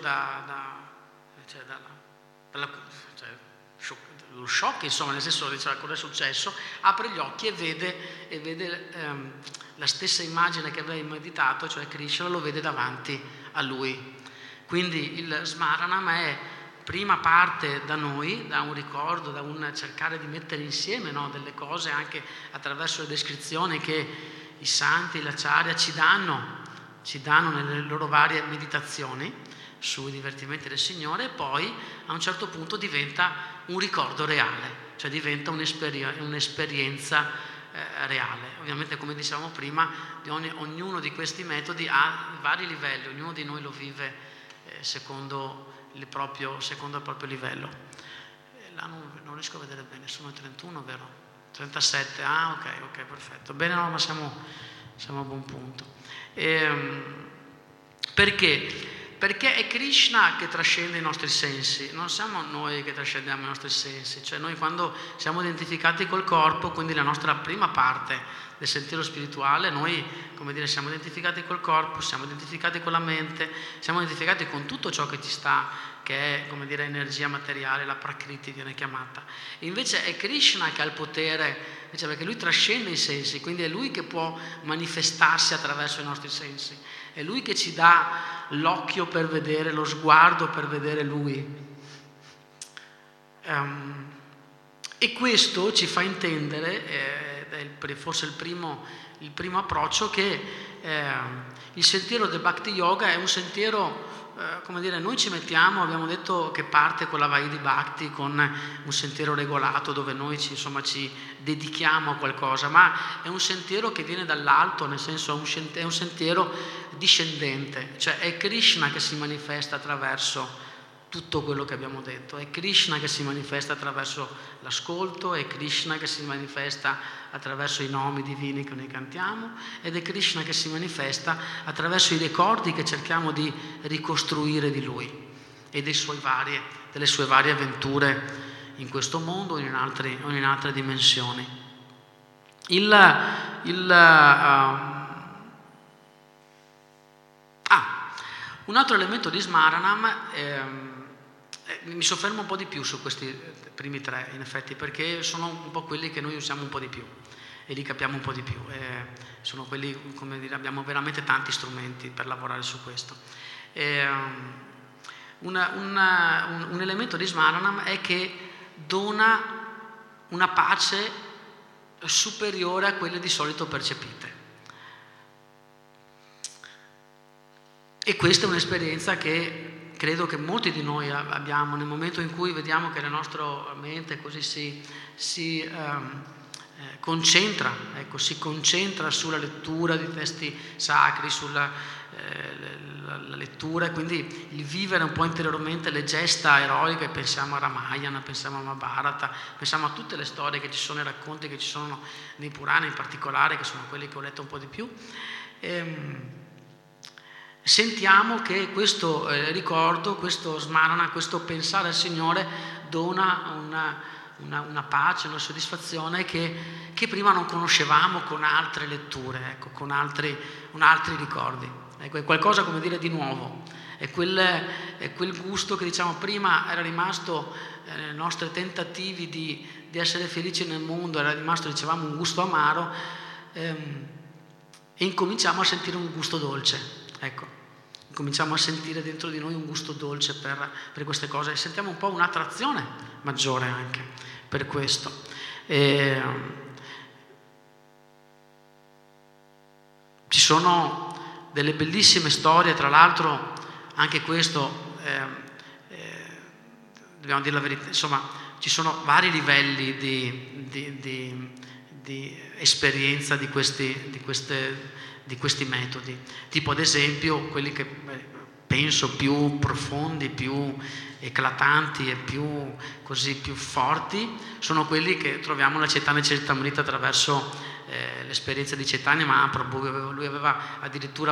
lo shock, insomma, nel senso di cosa è successo, apre gli occhi e vede la stessa immagine che aveva meditato, cioè Krishna, lo vede davanti a lui. Quindi il Smaranam è prima parte da noi, da un ricordo, da un cercare di mettere insieme, no, delle cose anche attraverso le descrizioni che i santi, l'acharya ci danno nelle loro varie meditazioni sui divertimenti del Signore, e poi a un certo punto diventa un ricordo reale, cioè diventa un'esperienza reale. Ovviamente, come dicevamo prima, ognuno di questi metodi ha vari livelli, ognuno di noi lo vive secondo il proprio livello. là non riesco a vedere bene, sono i 31, vero? 37, ok, perfetto. Bene, no, ma siamo a buon punto. Perché? Perché è Krishna che trascende i nostri sensi, non siamo noi che trascendiamo i nostri sensi. Cioè noi quando siamo identificati col corpo, quindi la nostra prima parte del sentiero spirituale, noi, come dire, siamo identificati col corpo, siamo identificati con la mente, siamo identificati con tutto ciò che ci sta, che è, come dire, energia materiale, la Prakriti viene chiamata. E invece è Krishna che ha il potere, perché lui trascende i sensi, quindi è lui che può manifestarsi attraverso i nostri sensi. È lui che ci dà l'occhio per vedere, lo sguardo per vedere lui. E questo ci fa intendere, forse il primo approccio, che il sentiero del Bhakti Yoga è un sentiero, come dire, noi ci mettiamo, abbiamo detto che parte con la Vaidhi Bhakti, con un sentiero regolato dove noi ci dedichiamo a qualcosa, ma è un sentiero che viene dall'alto, nel senso è un sentiero discendente, cioè è Krishna che si manifesta attraverso tutto quello che abbiamo detto, è Krishna che si manifesta attraverso l'ascolto, è Krishna che si manifesta attraverso i nomi divini che noi cantiamo, ed è Krishna che si manifesta attraverso i ricordi che cerchiamo di ricostruire di Lui e delle sue varie avventure in questo mondo o in altre dimensioni. Un altro elemento di Smaranam, mi soffermo un po' di più su questi primi tre, in effetti, perché sono un po' quelli che noi usiamo un po' di più e li capiamo un po' di più. Sono quelli, come dire, abbiamo veramente tanti strumenti per lavorare su questo. Un elemento di Smaranam è che dona una pace superiore a quelle di solito percepite. E questa è un'esperienza che credo che molti di noi abbiamo nel momento in cui vediamo che la nostra mente così si concentra sulla lettura di testi sacri, sulla la lettura, e quindi il vivere un po' interiormente le gesta eroiche. Pensiamo a Ramayana, pensiamo a Mahabharata, pensiamo a tutte le storie che ci sono, i racconti che ci sono nei Purana in particolare, che sono quelli che ho letto un po' di più. Sentiamo che questo ricordo, questo smarana, questo pensare al Signore dona una pace, una soddisfazione che prima non conoscevamo con altre letture, con altri ricordi. Ecco, è qualcosa, come dire, di nuovo. È quel gusto che, diciamo, prima era rimasto nei nostri tentativi di essere felici nel mondo, era rimasto, dicevamo, un gusto amaro, e incominciamo a sentire un gusto dolce. Ecco, cominciamo a sentire dentro di noi un gusto dolce per queste cose, e sentiamo un po' un'attrazione maggiore anche per questo. Ci sono delle bellissime storie, tra l'altro anche questo, dobbiamo dire la verità, insomma, ci sono vari livelli di esperienza di questi metodi, tipo ad esempio quelli che penso più profondi, più eclatanti e più forti, sono quelli che troviamo nella Chaitanya Charitamrita attraverso l'esperienza di Chaitanya Mahaprabhu. Lui aveva addirittura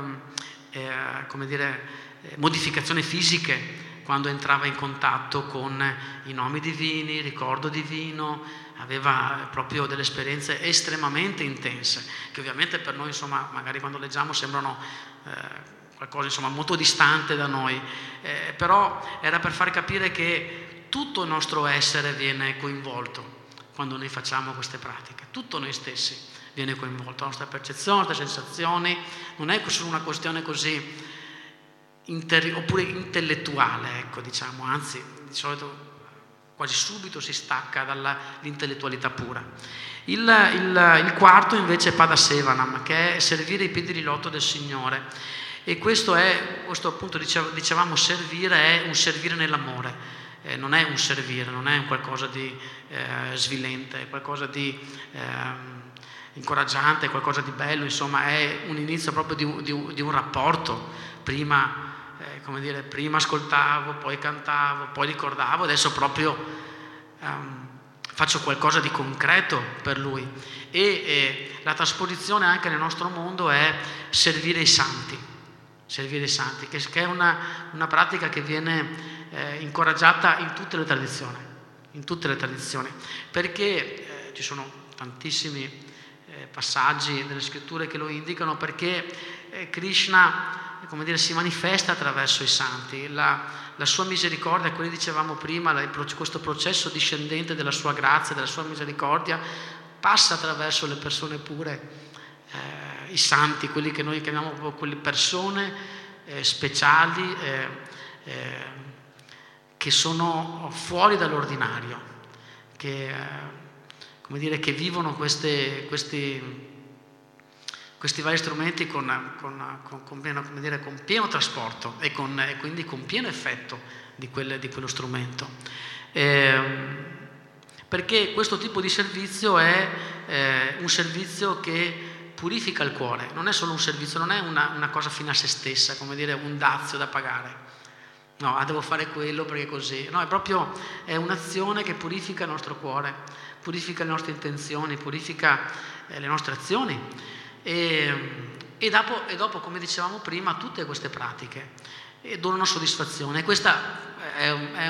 modificazioni fisiche quando entrava in contatto con i nomi divini, il ricordo divino. Aveva proprio delle esperienze estremamente intense, che ovviamente per noi, insomma, magari quando leggiamo sembrano qualcosa, insomma, molto distante da noi, però era per far capire che tutto il nostro essere viene coinvolto quando noi facciamo queste pratiche, tutto noi stessi viene coinvolto, la nostra percezione, le nostre sensazioni. Non è solo una questione così oppure intellettuale, ecco, diciamo, anzi di solito quasi subito si stacca dall'intellettualità pura. Il quarto invece è Padasevanam, che è servire i piedi di loto del Signore, e questo appunto dicevamo servire, è un servire nell'amore, non è un servire, non è un qualcosa di svilente, è qualcosa di incoraggiante, è qualcosa di bello, insomma è un inizio proprio di un rapporto. Prima ascoltavo, poi cantavo, poi ricordavo, adesso proprio faccio qualcosa di concreto per lui. E la trasposizione anche nel nostro mondo è servire i santi, che è una pratica che viene incoraggiata in tutte le tradizioni, perché ci sono tantissimi passaggi delle scritture che lo indicano, perché Krishna, come dire, si manifesta attraverso i santi, la sua misericordia, come dicevamo prima, questo processo discendente della sua grazia, della sua misericordia, passa attraverso le persone pure, i santi, quelli che noi chiamiamo proprio quelle persone speciali, che sono fuori dall'ordinario, che vivono questi vari strumenti con pieno trasporto e quindi con pieno effetto di quello strumento. Perché questo tipo di servizio è un servizio che purifica il cuore, non è solo un servizio, non è una cosa fine a se stessa, come dire un dazio da pagare. No, devo fare quello perché così. No, è un'azione che purifica il nostro cuore, purifica le nostre intenzioni, purifica le nostre azioni. E dopo, come dicevamo prima, tutte queste pratiche donano soddisfazione. Questa è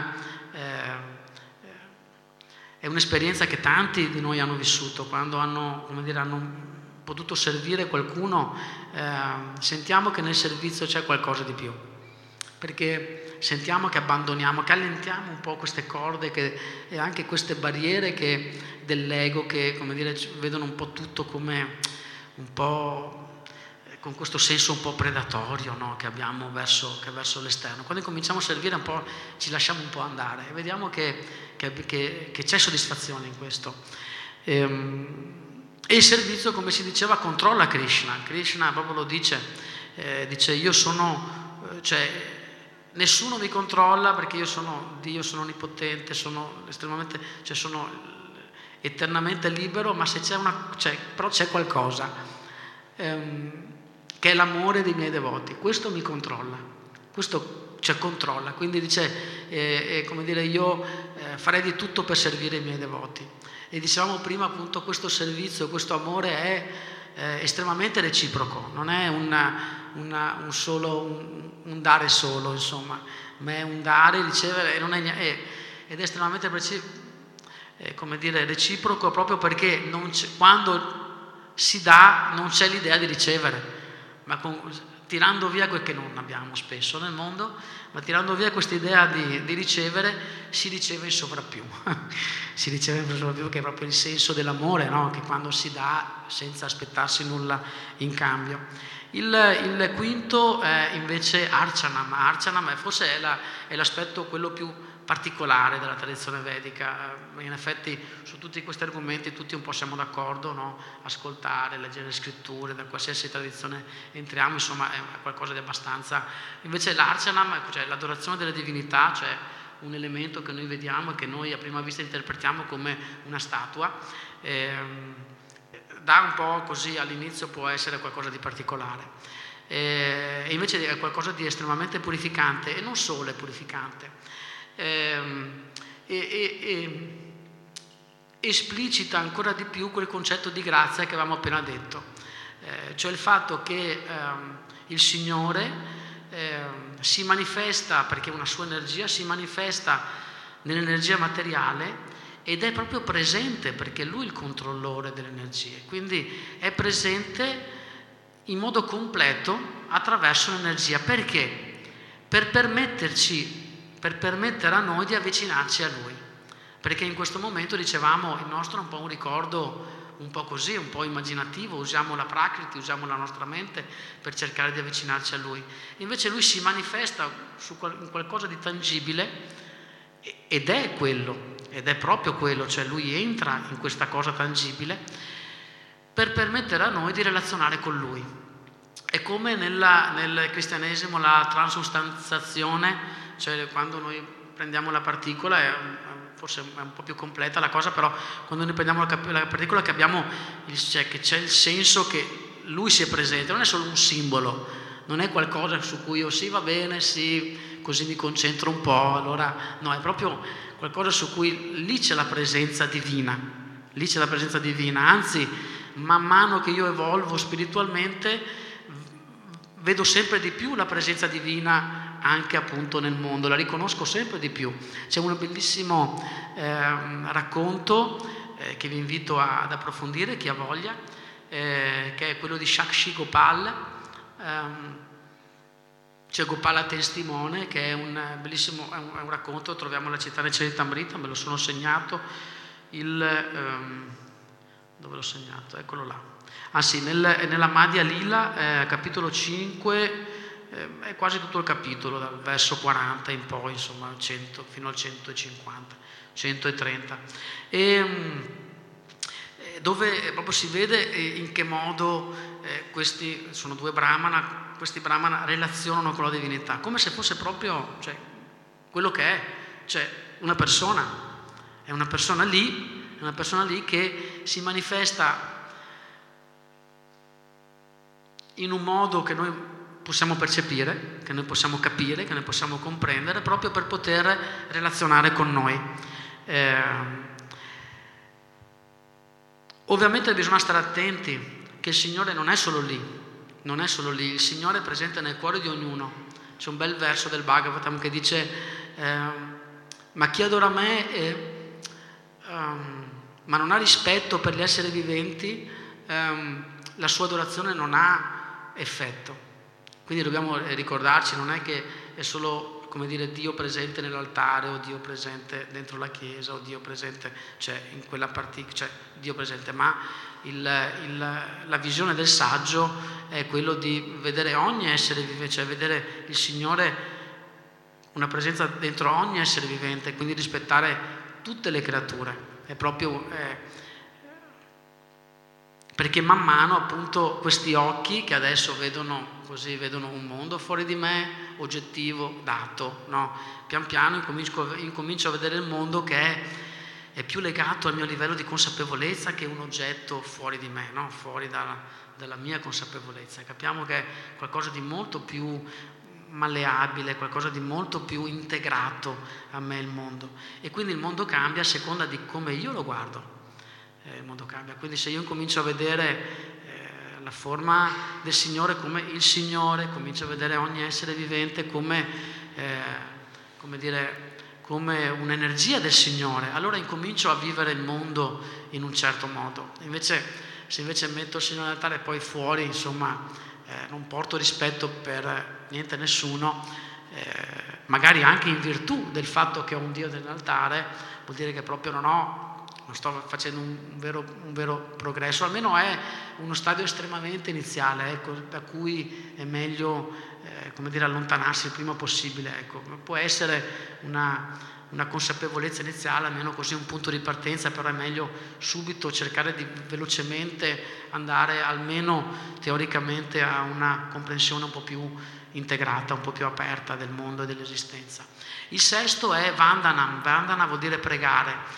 un'esperienza che tanti di noi hanno vissuto quando hanno potuto servire qualcuno. Sentiamo che nel servizio c'è qualcosa di più, perché sentiamo che abbandoniamo, che allentiamo un po' queste corde e anche queste barriere dell'ego che, vedono un po' tutto come un po' con questo senso un po' predatorio, no? Che abbiamo verso l'esterno. Quando cominciamo a servire un po' ci lasciamo un po' andare e vediamo che c'è soddisfazione in questo. E il servizio, come si diceva, controlla Krishna. Krishna proprio lo dice io sono, nessuno mi controlla perché io sono Dio, sono onnipotente, sono eternamente libero, ma se però c'è qualcosa che è l'amore dei miei devoti, questo mi controlla, questo controlla, quindi dice io farei di tutto per servire i miei devoti. E dicevamo prima, appunto, questo servizio, questo amore è estremamente reciproco, non è un dare solo, insomma, ma è un dare, ricevere, ed è estremamente reciproco, proprio perché quando si dà non c'è l'idea di ricevere, ma tirando via quel che non abbiamo spesso nel mondo, ma tirando via questa idea di ricevere, si riceve in sovrappiù. Si riceve in sovrappiù, che è proprio il senso dell'amore, no? Che quando si dà senza aspettarsi nulla in cambio. Il quinto è invece Archanam. Archanam forse è l'aspetto quello più particolare della tradizione vedica. In effetti su tutti questi argomenti tutti un po' siamo d'accordo, no? Ascoltare, leggere le scritture, da qualsiasi tradizione entriamo, insomma è qualcosa di abbastanza. Invece l'Archanam, cioè l'adorazione delle divinità, cioè un elemento che noi vediamo e che noi a prima vista interpretiamo come una statua, dà un po' così, all'inizio può essere qualcosa di particolare, e invece è qualcosa di estremamente purificante, e non solo è purificante, esplicita ancora di più quel concetto di grazia che avevamo appena detto, cioè il fatto che il Signore si manifesta, perché una sua energia si manifesta nell'energia materiale ed è proprio presente perché Lui è il controllore delle energie, quindi è presente in modo completo attraverso l'energia. Perché? Per permettere a noi di avvicinarci a Lui, perché in questo momento, dicevamo, il nostro è un po' un ricordo un po' così, un po' immaginativo, usiamo la prakriti, usiamo la nostra mente per cercare di avvicinarci a Lui. Invece Lui si manifesta in qualcosa di tangibile ed è proprio quello, cioè Lui entra in questa cosa tangibile per permettere a noi di relazionare con Lui. È come nel cristianesimo la transustanziazione, cioè quando noi prendiamo la particola, forse è un po' più completa la cosa, però quando noi prendiamo la particola che che c'è il senso che Lui sia presente, non è solo un simbolo, non è qualcosa su cui sì va bene, sì, così mi concentro un po', allora no, è proprio qualcosa su cui lì c'è la presenza divina, anzi man mano che io evolvo spiritualmente vedo sempre di più la presenza divina anche appunto nel mondo, la riconosco sempre di più. C'è un bellissimo racconto che vi invito ad approfondire, chi ha voglia, che è quello di Sakshi Gopal. C'è Gopala Testimone, che è un bellissimo, è un racconto, troviamo la città nel Charitamrita, me lo sono segnato, dove l'ho segnato? Eccolo là. Ah sì, nella Madhya Lila, capitolo 5, è quasi tutto il capitolo, dal verso 40 in poi, insomma, 100, fino al 150, 130. Dove proprio si vede in che modo questi sono due brahmana, questi brahmana relazionano con la divinità, come se fosse proprio, cioè, quello che è, cioè una persona, è una persona lì che si manifesta in un modo che noi possiamo percepire, che noi possiamo capire, che noi possiamo comprendere, proprio per poter relazionare con noi. Ovviamente bisogna stare attenti che il Signore non è solo lì, il Signore è presente nel cuore di ognuno. C'è un bel verso del Bhagavatam che dice ma chi adora me ma non ha rispetto per gli esseri viventi, la sua adorazione non ha effetto. Quindi dobbiamo ricordarci, non è che è solo, come dire, Dio presente nell'altare o Dio presente dentro la chiesa o Dio presente, cioè in quella cioè Dio presente, ma la visione del saggio è quello di vedere ogni essere vivente, cioè vedere il Signore, una presenza dentro ogni essere vivente, quindi rispettare tutte le creature. È proprio perché man mano appunto questi occhi che adesso vedono un mondo fuori di me, oggettivo, dato, no? Pian piano incomincio a vedere il mondo che è più legato al mio livello di consapevolezza che un oggetto fuori di me, no? Fuori dalla mia consapevolezza. Capiamo che è qualcosa di molto più malleabile, qualcosa di molto più integrato a me il mondo, e quindi il mondo cambia a seconda di come io lo guardo. Il mondo cambia, quindi se io incomincio a vedere la forma del Signore come il Signore, comincio a vedere ogni essere vivente come un'energia del Signore, allora incomincio a vivere il mondo in un certo modo. Se invece metto il Signore all'altare e poi fuori, insomma, non porto rispetto per niente nessuno, magari anche in virtù del fatto che ho un Dio nell'altare, vuol dire che proprio non sto facendo un vero progresso, almeno è uno stadio estremamente iniziale, ecco, da cui è meglio allontanarsi il prima possibile. Ecco. Può essere una consapevolezza iniziale, almeno così un punto di partenza, però è meglio subito cercare di velocemente andare almeno teoricamente a una comprensione un po' più integrata, un po' più aperta del mondo e dell'esistenza. Il sesto è Vandanam. Vandana vuol dire pregare.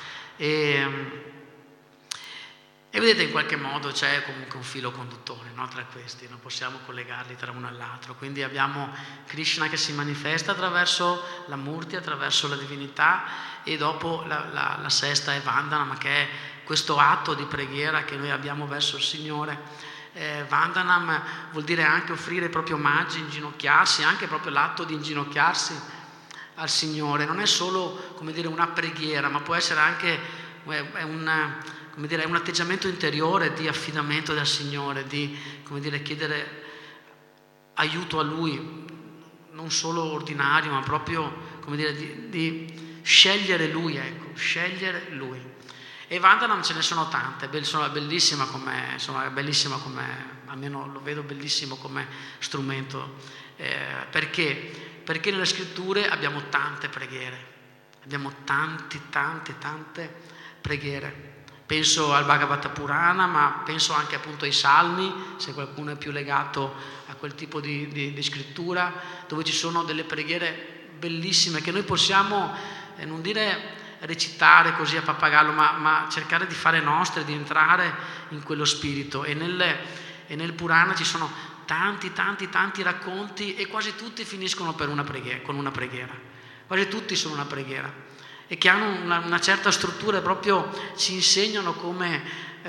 E vedete, in qualche modo c'è comunque un filo conduttore, no? Tra questi, non possiamo collegarli tra uno all'altro. Quindi abbiamo Krishna che si manifesta attraverso la Murti, attraverso la divinità, e dopo la sesta è Vandanam, che è questo atto di preghiera che noi abbiamo verso il Signore. Vandanam vuol dire anche offrire i propri omaggi, inginocchiarsi, anche proprio l'atto di inginocchiarsi al Signore. Non è solo, come dire, una preghiera, ma può essere anche è un atteggiamento interiore di affidamento del Signore, di, come dire, chiedere aiuto a Lui, non solo ordinario, ma proprio, come dire, di scegliere Lui, ecco, scegliere Lui. E Vandanam ce ne sono tante, sono bellissima come, almeno lo vedo bellissimo come strumento, perché nelle scritture abbiamo tante preghiere, abbiamo tante preghiere. Penso al Bhagavata Purana, ma penso anche appunto ai Salmi, se qualcuno è più legato a quel tipo di scrittura, dove ci sono delle preghiere bellissime che noi possiamo, non dire recitare così a pappagallo, ma cercare di fare nostre, di entrare in quello spirito. E nel Purana ci sono tanti racconti e quasi tutti finiscono con una preghiera. Quasi tutti sono una preghiera e che hanno una certa struttura, proprio ci insegnano come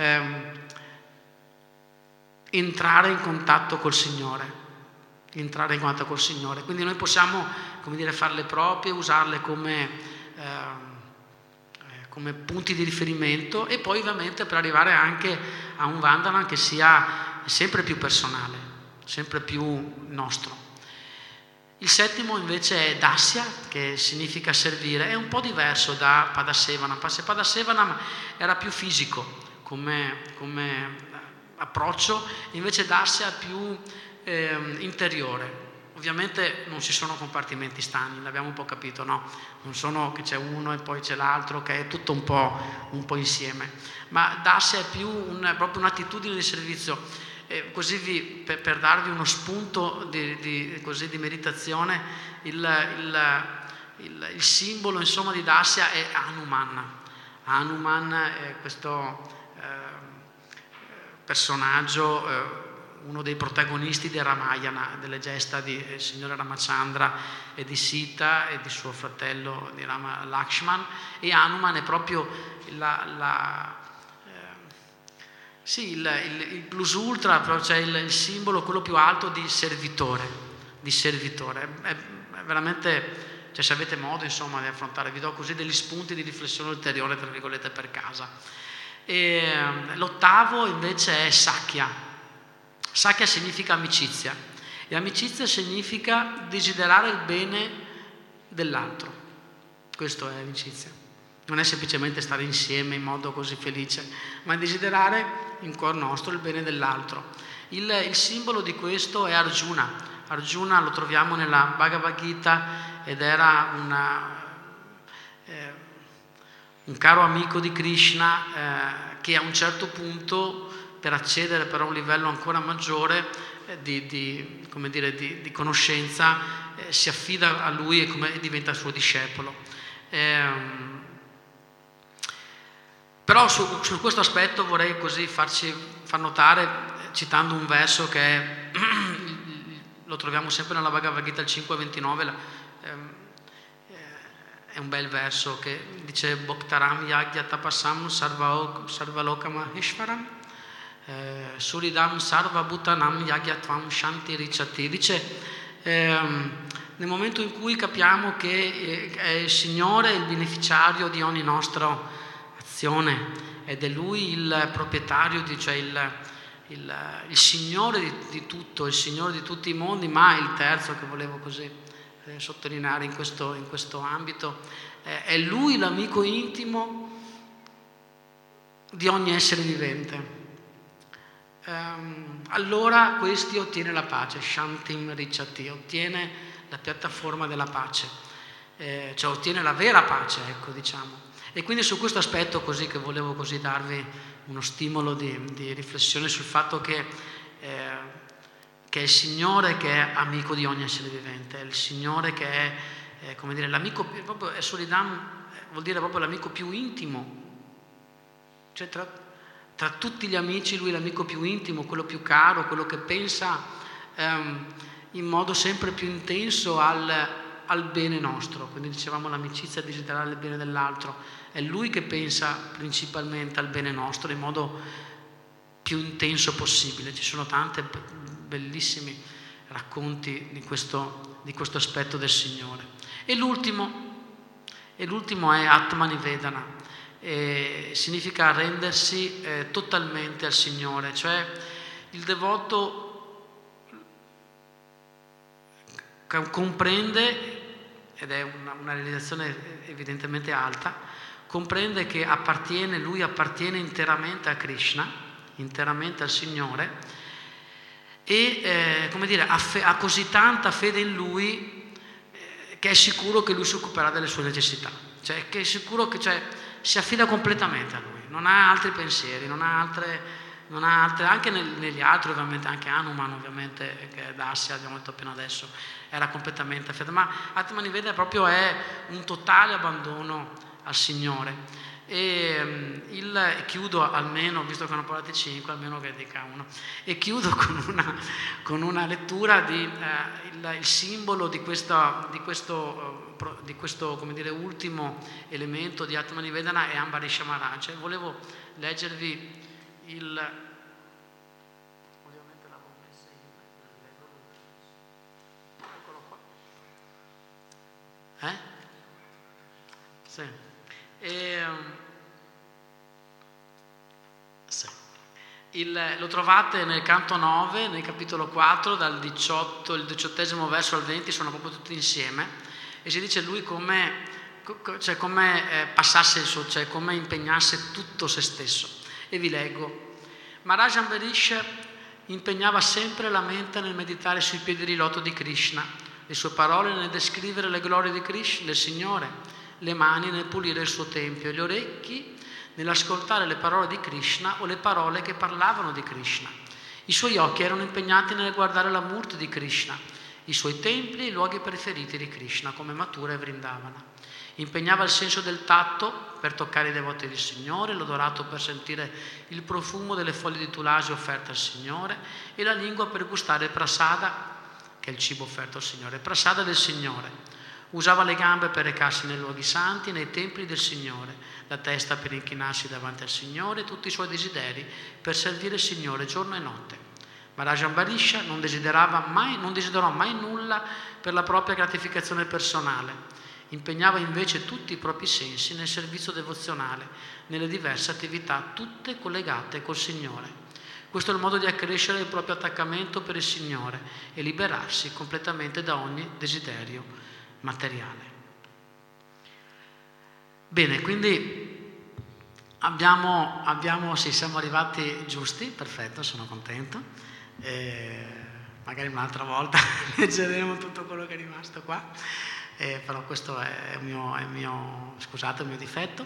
entrare in contatto col Signore. Quindi noi possiamo, farle proprie, usarle come punti di riferimento, e poi ovviamente per arrivare anche a un Vandavan che sia sempre più personale, sempre più nostro. Il settimo invece è Dasya, che significa servire, è un po' diverso da Padasevanam. Padasevanam era più fisico come approccio, invece Dasya è più interiore. Ovviamente non ci sono compartimenti stagni, l'abbiamo un po' capito, no? Non sono che c'è uno e poi c'è l'altro, che è tutto un po' insieme. Ma Dasya è più proprio un'attitudine di servizio. Così per darvi uno spunto di meditazione, il simbolo insomma di Dasya è Hanuman. Hanuman è questo personaggio, uno dei protagonisti del Ramayana, delle gesta di signore Ramachandra e di Sita e di suo fratello di Rama Lakshman, e Hanuman è proprio il plus ultra, cioè il simbolo, quello più alto di servitore. È veramente, se avete modo insomma di affrontare, vi do così degli spunti di riflessione ulteriore, tra virgolette, per casa. E l'ottavo invece è Sakya. Sakya significa amicizia, e amicizia significa desiderare il bene dell'altro. Questo è amicizia. Non è semplicemente stare insieme in modo così felice, ma è desiderare in cuor nostro il bene dell'altro. Il simbolo di questo è Arjuna. Arjuna lo troviamo nella Bhagavad Gita ed era un caro amico di Krishna che a un certo punto, per accedere però a un livello ancora maggiore di conoscenza, si affida a lui e diventa suo discepolo. Però su questo aspetto vorrei così far notare, citando un verso che lo troviamo sempre nella Bhagavad Gita, il 5.29, è un bel verso che dice Bhaktaram Yagya Tapasam Sarvaloka Maheshwaram Suridam Sarva Bhutanam Yagyatvam Shanti Richati. Dice nel momento in cui capiamo che è il Signore il beneficiario di ogni nostra azione ed è Lui il proprietario, cioè il Signore di tutto, il Signore di tutti i mondi, ma il terzo che volevo così sottolineare in questo ambito è Lui l'amico intimo di ogni essere vivente. Allora questi ottiene la pace, Shantim Richati, ottiene la piattaforma della pace, cioè ottiene la vera pace, ecco, diciamo. E quindi su questo aspetto così che volevo così darvi uno stimolo di riflessione sul fatto che è il Signore che è amico di ogni essere vivente, è il Signore che è l'amico, proprio è Solidam, vuol dire proprio l'amico più intimo, cioè tra tutti gli amici lui è l'amico più intimo, quello più caro, quello che pensa in modo sempre più intenso al bene nostro. Quindi dicevamo l'amicizia è desiderare il bene dell'altro, è lui che pensa principalmente al bene nostro in modo più intenso possibile. Ci sono tanti bellissimi racconti di questo aspetto del Signore. E l'ultimo è Atmanivedana. Significa arrendersi totalmente al Signore, cioè il devoto comprende, ed è una realizzazione evidentemente alta, comprende che lui appartiene interamente a Krishna, interamente al Signore, e ha così tanta fede in Lui che è sicuro che Lui si occuperà delle sue necessità, cioè che è sicuro che si affida completamente a Lui, non ha altri pensieri, non ha altre, anche negli altri ovviamente, anche Hanuman ovviamente, che è Dasya, abbiamo detto appena adesso, era completamente affidato, ma Atmanivedana proprio è un totale abbandono al Signore. E chiudo almeno, visto che hanno parlato 5, almeno che dica uno, e chiudo con una lettura di il simbolo di questo come dire, ultimo elemento di Atman Nivedana è Ambarish Maharaj. Volevo leggervi ovviamente l'avevo messa eccolo qua. Sì. Sì. Lo trovate nel canto 9, nel capitolo 4, dal 18, il 18° verso al 20, sono proprio tutti insieme, e si dice lui come passasse il suo, cioè come impegnasse tutto se stesso. E vi leggo. Maharaj Ambarish impegnava sempre la mente nel meditare sui piedi di loto di Krishna, le sue parole nel descrivere le glorie di Krishna, del Signore, le mani nel pulire il suo tempio e gli orecchi nell'ascoltare le parole di Krishna o le parole che parlavano di Krishna. I suoi occhi erano impegnati nel guardare la Murti di Krishna, i suoi templi e i luoghi preferiti di Krishna come Mathura e Vrindavana. Impegnava il senso del tatto per toccare i devoti del Signore, l'odorato per sentire il profumo delle foglie di tulasi offerte al Signore e la lingua per gustare il prasada, che è il cibo offerto al Signore, il prasada del Signore. Usava le gambe per recarsi nei luoghi santi, nei templi del Signore, la testa per inchinarsi davanti al Signore e tutti i suoi desideri per servire il Signore giorno e notte. Maharaj Ambarish non desiderò mai nulla per la propria gratificazione personale. Impegnava invece tutti i propri sensi nel servizio devozionale, nelle diverse attività, tutte collegate col Signore. Questo è il modo di accrescere il proprio attaccamento per il Signore e liberarsi completamente da ogni desiderio materiale. Bene, quindi siamo arrivati giusti, perfetto, sono contento. Magari un'altra volta leggeremo tutto quello che è rimasto qua, però questo è il mio difetto.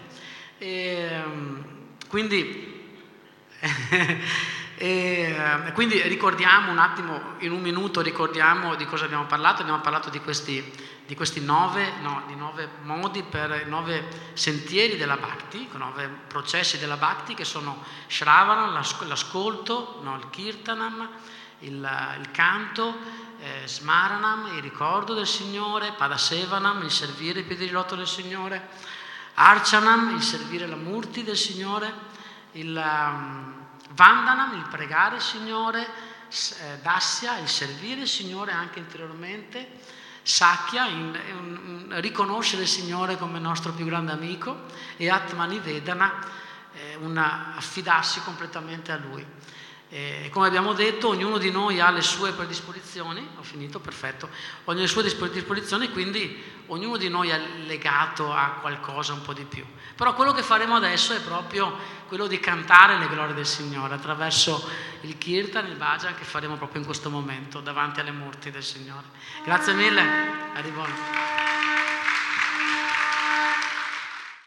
Quindi ricordiamo un attimo, in un minuto ricordiamo di cosa abbiamo parlato. Abbiamo parlato di questi 9 modi, per 9 sentieri della Bhakti, 9 processi della Bhakti, che sono Shravana, l'ascolto, il Kirtanam, il canto, Smaranam, il ricordo del Signore, Padasevanam, il servire i piedi di loto del Signore, Archanam, il servire la Murti del Signore, il Vandanam, il pregare il Signore, Dasya, il servire il Signore anche interiormente, Sakya, riconoscere il Signore come nostro più grande amico, e Atman Nivedana, affidarsi completamente a Lui. Come abbiamo detto, ognuno di noi ha le sue predisposizioni, ho finito, perfetto, ognuno ha le sue predisposizioni, quindi ognuno di noi è legato a qualcosa un po' di più. Però quello che faremo adesso è proprio quello di cantare le glorie del Signore attraverso il Kirtan, il Bhajan che faremo proprio in questo momento davanti alle Murti del Signore. Grazie mille, arrivo.